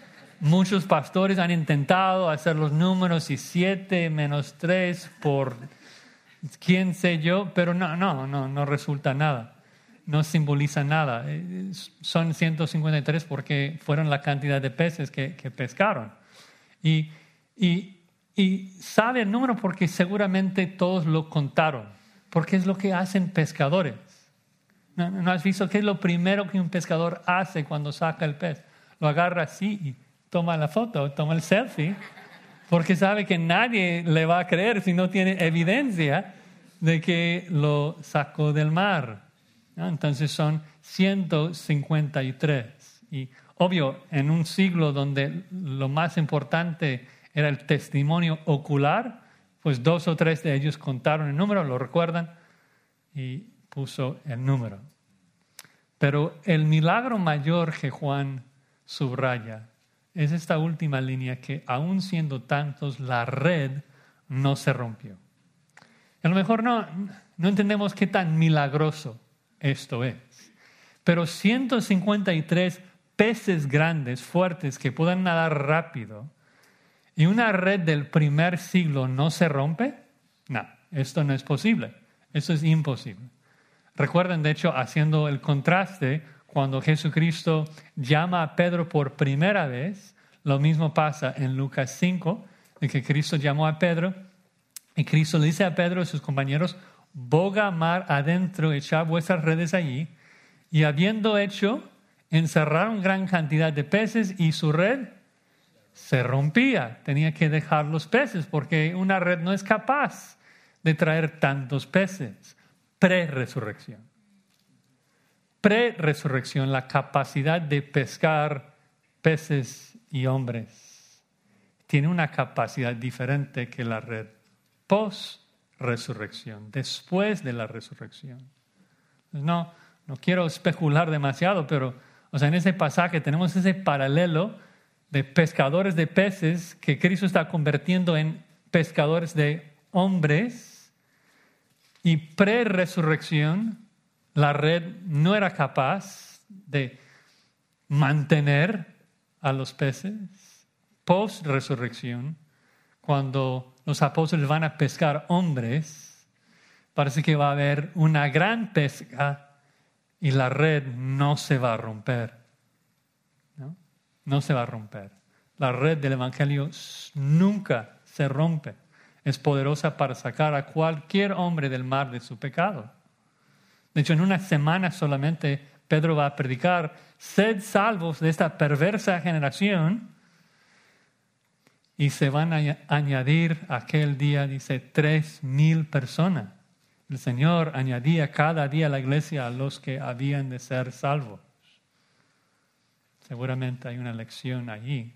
muchos pastores han intentado hacer los números y siete menos tres por quién sé yo, pero no, no, no, no resulta nada. No simboliza nada. Son ciento cincuenta y tres porque fueron la cantidad de peces que, que pescaron. Y, y, y sabe el número porque seguramente todos lo contaron, porque es lo que hacen pescadores. ¿No, no has visto qué es lo primero que un pescador hace cuando saca el pez? Lo agarra así y toma la foto, toma el selfie, porque sabe que nadie le va a creer si no tiene evidencia de que lo sacó del mar. ¿No? Entonces son ciento cincuenta y tres. Y obvio, en un siglo donde lo más importante era el testimonio ocular, pues dos o tres de ellos contaron el número, lo recuerdan, y puso el número. Pero el milagro mayor que Juan subraya es esta última línea, que aún siendo tantos, la red no se rompió. A lo mejor no, no entendemos qué tan milagroso esto es, pero ciento cincuenta y tres peces grandes, fuertes, que puedan nadar rápido, y una red del primer siglo no se rompe. No, esto no es posible. Esto es imposible. Recuerden, de hecho, haciendo el contraste, cuando Jesucristo llama a Pedro por primera vez, lo mismo pasa en Lucas cinco, de que Cristo llamó a Pedro, y Cristo le dice a Pedro y sus compañeros: boga mar adentro, echad vuestras redes allí. Y habiendo hecho, encerraron gran cantidad de peces y su red se rompía. Tenía que dejar los peces porque una red no es capaz de traer tantos peces. Pre-resurrección. Pre-resurrección, la capacidad de pescar peces y hombres tiene una capacidad diferente que la red post-resurrección, después de la resurrección. No, no quiero especular demasiado, pero o sea, en ese pasaje tenemos ese paralelo de pescadores de peces que Cristo está convirtiendo en pescadores de hombres. Y pre-resurrección, la red no era capaz de mantener a los peces. Post-resurrección, cuando los apóstoles van a pescar hombres, parece que va a haber una gran pesca y la red no se va a romper. ¿No? No se va a romper. La red del Evangelio nunca se rompe. Es poderosa para sacar a cualquier hombre del mar de su pecado. De hecho, en una semana solamente Pedro va a predicar: sed salvos de esta perversa generación. Y se van a añadir aquel día, dice, tres mil personas. El Señor añadía cada día a la iglesia a los que habían de ser salvos. Seguramente hay una lección allí.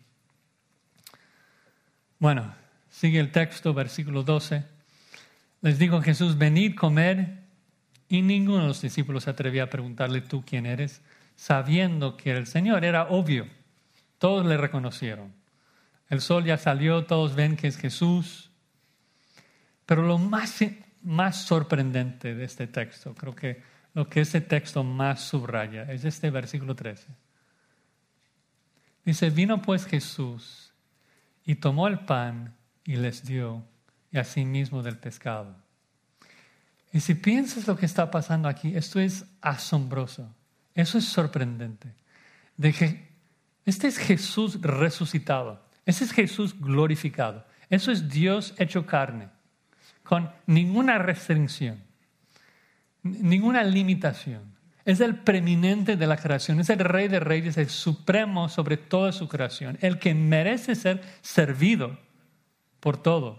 Bueno, sigue el texto, versículo doce. Les dijo Jesús: venid, comed. Y ninguno de los discípulos se atrevía a preguntarle: ¿tú quién eres? Sabiendo que era el Señor. Era obvio. Todos le reconocieron. El sol ya salió, todos ven que es Jesús. Pero lo más, más sorprendente de este texto, creo que lo que este texto más subraya, es este versículo trece. Dice: vino pues Jesús y tomó el pan y les dio, y asimismo del pescado. Y si piensas lo que está pasando aquí, esto es asombroso, eso es sorprendente. De que este es Jesús resucitado, ese es Jesús glorificado, eso es Dios hecho carne, con ninguna restricción, ninguna limitación. Es el preeminente de la creación, es el Rey de Reyes, el supremo sobre toda su creación, el que merece ser servido por todo.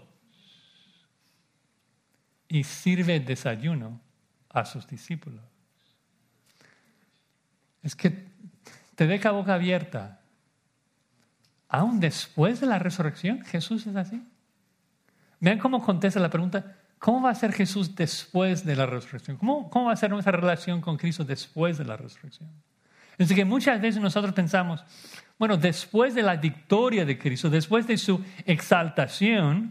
Y sirve desayuno a sus discípulos. Es que te deja boca abierta. Aún después de la resurrección, Jesús es así. Vean cómo contesta la pregunta: ¿cómo va a ser Jesús después de la resurrección? ¿Cómo, cómo va a ser nuestra relación con Cristo después de la resurrección? Es que muchas veces nosotros pensamos, bueno, después de la victoria de Cristo, después de su exaltación,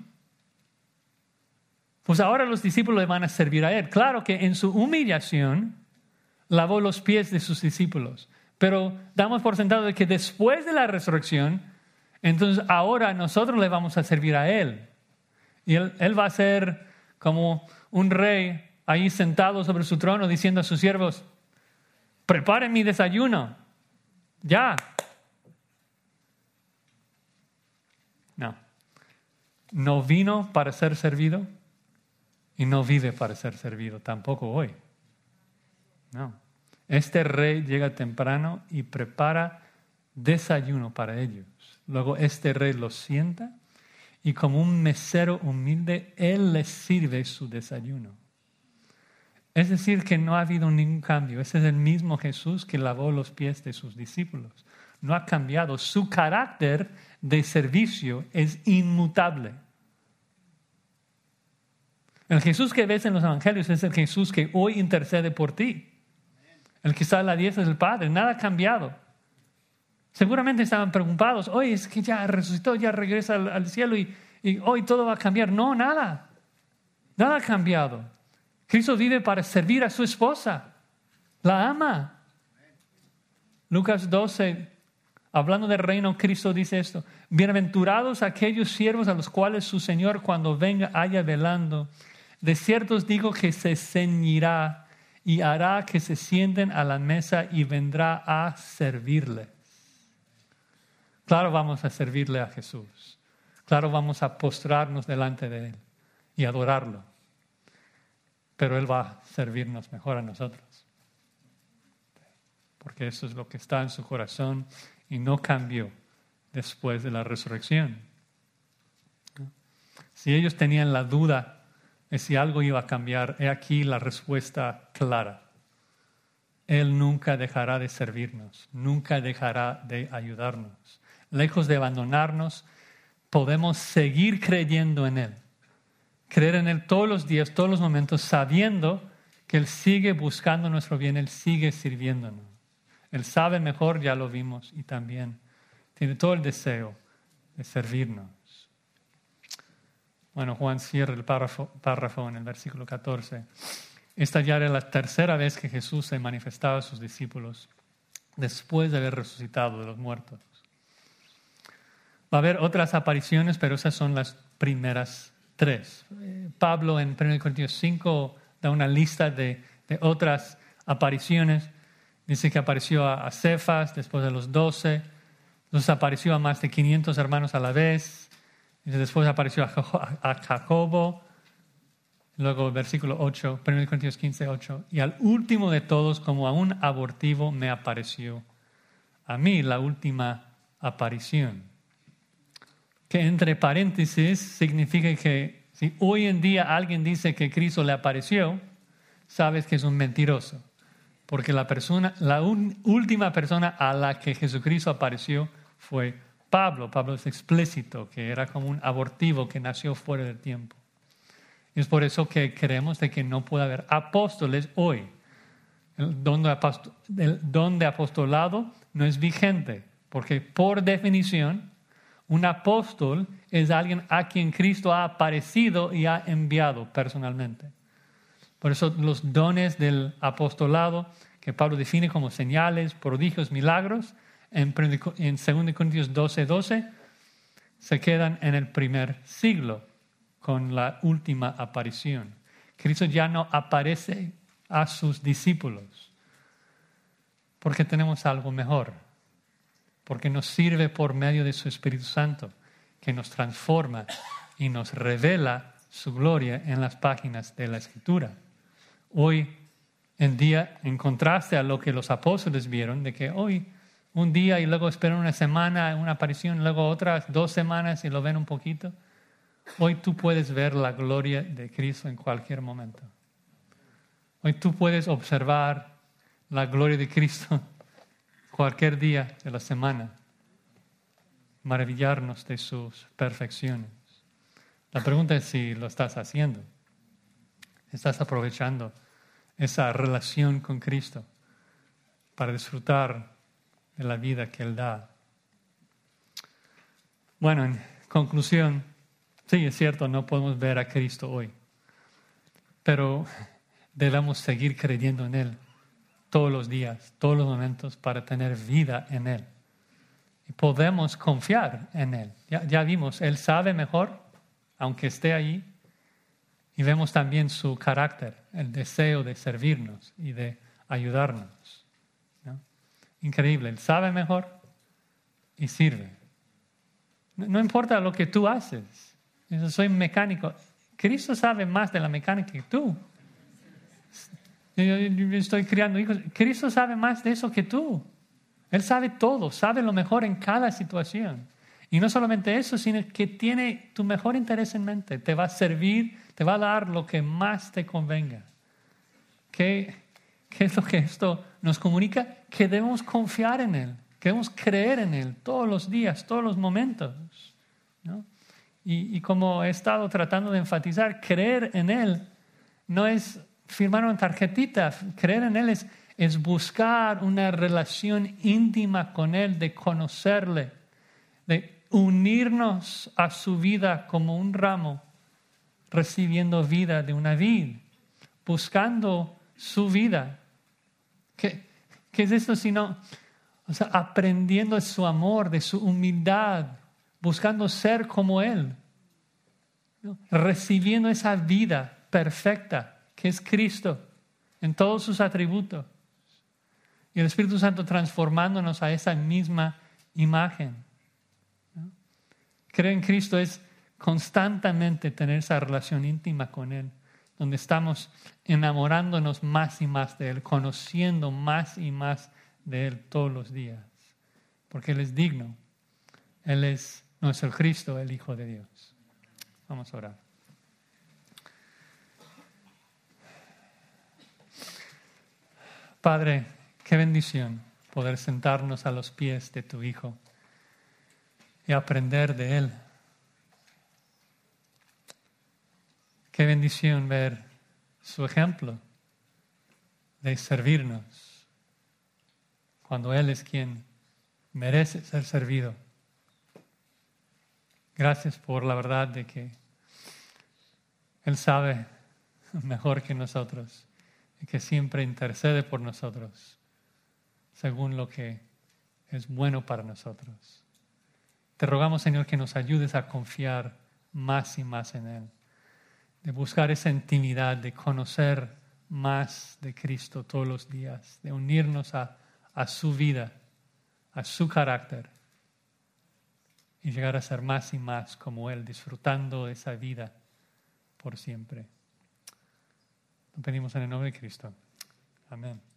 pues ahora los discípulos le van a servir a Él. Claro que en su humillación lavó los pies de sus discípulos, pero damos por sentado de que después de la resurrección, Entonces ahora nosotros le vamos a servir a Él. Y Él, él va a ser como un rey ahí sentado sobre su trono diciendo a sus siervos, preparen mi desayuno. Ya. No. No vino para ser servido y no vive para ser servido, tampoco hoy. No. Este rey llega temprano y prepara desayuno para ellos. Luego este rey los sienta y como un mesero humilde, él les sirve su desayuno. Es decir, que no ha habido ningún cambio. Ese es el mismo Jesús que lavó los pies de sus discípulos. No ha cambiado. Su carácter de servicio es inmutable. El Jesús que ves en los evangelios es el Jesús que hoy intercede por ti. El que está a la diestra del Padre. Nada ha cambiado. Seguramente estaban preocupados. Oye, es que ya resucitó, ya regresa al, al cielo y, y hoy todo va a cambiar. No, nada. Nada ha cambiado. Cristo vive para servir a su esposa. La ama. Lucas doce, hablando del reino, Cristo dice esto. Bienaventurados aquellos siervos a los cuales su Señor cuando venga haya velando. De cierto os digo que se ceñirá y hará que se sienten a la mesa y vendrá a servirle. Claro, vamos a servirle a Jesús. Claro, vamos a postrarnos delante de Él y adorarlo. Pero Él va a servirnos mejor a nosotros. Porque eso es lo que está en su corazón y no cambió después de la resurrección. Si ellos tenían la duda de si algo iba a cambiar, he aquí la respuesta clara. Él nunca dejará de servirnos, nunca dejará de ayudarnos. Lejos de abandonarnos, podemos seguir creyendo en Él. Creer en Él todos los días, todos los momentos, sabiendo que Él sigue buscando nuestro bien, Él sigue sirviéndonos. Él sabe mejor, ya lo vimos, y también tiene todo el deseo de servirnos. Bueno, Juan cierra el párrafo, párrafo en el versículo catorce. Esta ya era la tercera vez que Jesús se manifestaba a sus discípulos después de haber resucitado de los muertos. Va a haber otras apariciones, pero esas son las primeras tres. Pablo en primera Corintios cinco da una lista de, de otras apariciones. Dice que apareció a, a Cefas después de los doce. Entonces apareció a más de quinientos hermanos a la vez. Dice, después apareció a, a Jacobo. Luego versículo ocho, primera Corintios quince, ocho. Y al último de todos, como a un abortivo, me apareció a mí la última aparición. Que entre paréntesis significa que si hoy en día alguien dice que Cristo le apareció, sabes que es un mentiroso. Porque la, persona, la un, última persona a la que Jesucristo apareció fue Pablo. Pablo es explícito, que era como un abortivo que nació fuera del tiempo. Y es por eso que creemos de que no puede haber apóstoles hoy. El don de, apostol, el don de apostolado no es vigente, porque por definición, un apóstol es alguien a quien Cristo ha aparecido y ha enviado personalmente. Por eso los dones del apostolado, que Pablo define como señales, prodigios, milagros, en, en segunda Corintios doce, doce, se quedan en el primer siglo con la última aparición. Cristo ya no aparece a sus discípulos porque tenemos algo mejor, porque nos sirve por medio de su Espíritu Santo, que nos transforma y nos revela su gloria en las páginas de la Escritura. Hoy en día, en contraste a lo que los apóstoles vieron, de que hoy un día y luego esperan una semana, una aparición, luego otras dos semanas y lo ven un poquito, hoy tú puedes ver la gloria de Cristo en cualquier momento. Hoy tú puedes observar la gloria de Cristo cualquier día de la semana, maravillarnos de sus perfecciones. La pregunta es si lo estás haciendo. ¿Estás aprovechando esa relación con Cristo para disfrutar de la vida que Él da? Bueno, en conclusión, sí, es cierto, no podemos ver a Cristo hoy, pero debemos seguir creyendo en Él todos los días, todos los momentos, para tener vida en Él. Y podemos confiar en Él. Ya, ya vimos, Él sabe mejor, aunque esté ahí. Y vemos también su carácter, el deseo de servirnos y de ayudarnos, ¿no? Increíble, Él sabe mejor y sirve. No, no importa lo que tú haces. Yo soy mecánico. Cristo sabe más de la mecánica que tú. Yo, yo estoy criando hijos. Cristo sabe más de eso que tú. Él sabe todo, sabe lo mejor en cada situación. Y no solamente eso, sino que tiene tu mejor interés en mente. Te va a servir, te va a dar lo que más te convenga. ¿Qué, qué es lo que esto nos comunica? Que debemos confiar en Él, que debemos creer en Él todos los días, todos los momentos, ¿no? Y, y como he estado tratando de enfatizar, creer en Él no es firmar una tarjetita. Creer en Él es, es buscar una relación íntima con Él, de conocerle, de unirnos a su vida como un ramo, recibiendo vida de una vid, buscando su vida. ¿Qué, qué es esto sino, o sea, aprendiendo de su amor, de su humildad, buscando ser como Él, ¿no? Recibiendo esa vida perfecta que es Cristo en todos sus atributos. Y el Espíritu Santo transformándonos a esa misma imagen, ¿no? Creer en Cristo es constantemente tener esa relación íntima con Él, donde estamos enamorándonos más y más de Él, conociendo más y más de Él todos los días, porque Él es digno. Él es nuestro Cristo, el Hijo de Dios. Vamos a orar. Padre, qué bendición poder sentarnos a los pies de tu Hijo y aprender de Él. Qué bendición ver su ejemplo de servirnos cuando Él es quien merece ser servido. Gracias por la verdad de que Él sabe mejor que nosotros y que siempre intercede por nosotros según lo que es bueno para nosotros. Te rogamos, Señor, que nos ayudes a confiar más y más en Él, de buscar esa intimidad, de conocer más de Cristo todos los días, de unirnos a, a su vida, a su carácter y llegar a ser más y más como Él, disfrutando esa vida por siempre. Lo pedimos en el nombre de Cristo. Amén.